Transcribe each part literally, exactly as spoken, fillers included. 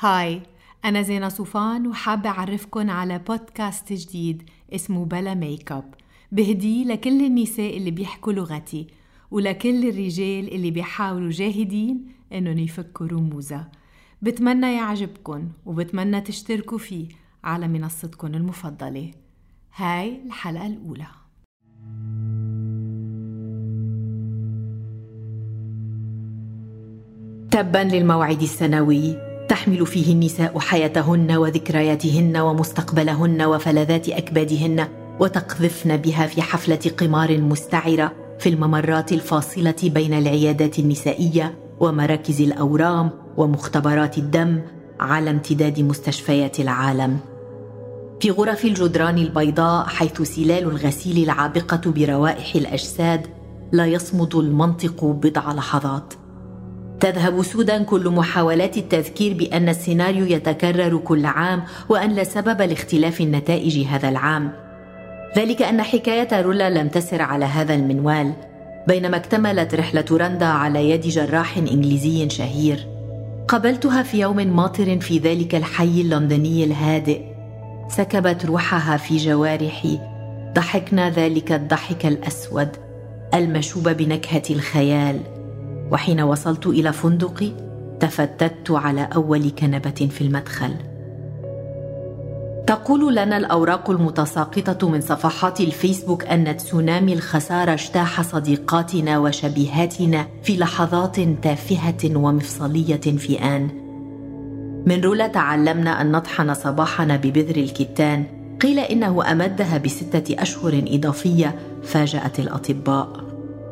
هاي، أنا زينة صوفان وحابة أعرفكن على بودكاست جديد اسمه بلا ميك اب. بهديه لكل النساء اللي بيحكوا لغتي ولكل الرجال اللي بيحاولوا جاهدين إنهم يفكوا رموزها. بتمنى يعجبكن وبتمنى تشتركوا فيه على منصتكن المفضلة. هاي الحلقة الأولى. تباً للموعد السنوي تحمل فيه النساء حياتهن وذكرياتهن ومستقبلهن وفلذات أكبادهن، وتقذفن بها في حفلة قمار مستعرة في الممرات الفاصلة بين العيادات النسائية ومراكز الأورام ومختبرات الدم على امتداد مستشفيات العالم. في غرف الجدران البيضاء حيث سلال الغسيل العابقة بروائح الأجساد لا يصمد المنطق بضع لحظات. تذهب سودا كل محاولات التذكير بأن السيناريو يتكرر كل عام وأن لا سبب لاختلاف النتائج هذا العام، ذلك أن حكاية رولا لم تسر على هذا المنوال. بينما اكتملت رحلة رندا على يد جراح إنجليزي شهير، قابلتها في يوم ماطر في ذلك الحي اللندني الهادئ. سكبت روحها في جوارحي، ضحكنا ذلك الضحك الأسود المشوب بنكهة الخيال. وحين وصلت إلى فندقي تفتت على أول كنبة في المدخل. تقول لنا الأوراق المتساقطة من صفحات الفيسبوك أن تسونامي الخسارة اجتاح صديقاتنا وشبيهاتنا في لحظات تافهة ومفصلية في آن. من رولا تعلمنا أن نطحن صباحنا ببذر الكتان، قيل إنه أمدها بستة أشهر إضافية، فاجأت الأطباء.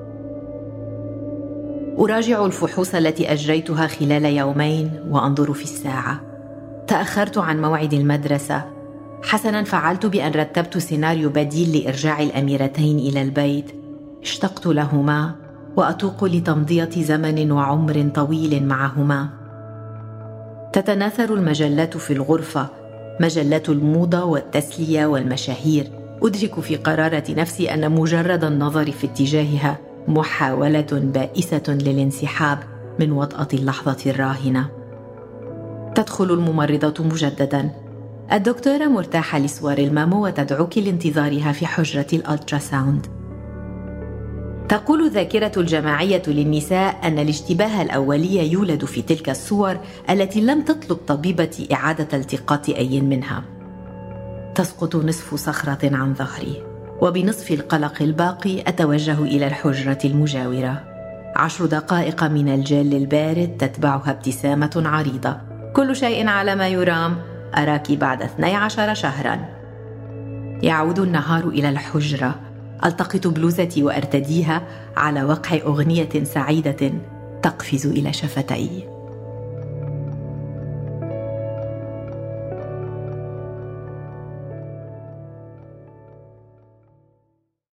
أراجع الفحوص التي أجريتها خلال يومين وأنظر في الساعة. تأخرت عن موعد المدرسة. حسناً فعلت بأن رتبت سيناريو بديل لإرجاع الأميرتين إلى البيت. اشتقت لهما وأتوق لتمضية زمن وعمر طويل معهما. تتناثر المجلات في الغرفة، مجلات الموضة والتسلية والمشاهير. أدرك في قرارة نفسي أن مجرد النظر في اتجاهها محاولة بائسة للانسحاب من وطأة اللحظة الراهنة. تدخل الممرضة مجددا. الدكتورة مرتاحة لصور المامو وتدعوك لانتظارها في حجرة الألتراساوند. تقول الذاكرة الجماعية للنساء أن الاشتباه الأولي يولد في تلك الصور التي لم تطلب طبيبتي إعادة التقاط أي منها. تسقط نصف صخرة عن ظهري، وبنصف القلق الباقي أتوجه إلى الحجرة المجاورة. عشر دقائق من الجل البارد تتبعها ابتسامة عريضة. كل شيء على ما يرام، أراك بعد اثني عشر شهرا. يعود النهار إلى الحجرة. ألتقط بلوزتي وأرتديها على وقع أغنية سعيدة تقفز إلى شفتي.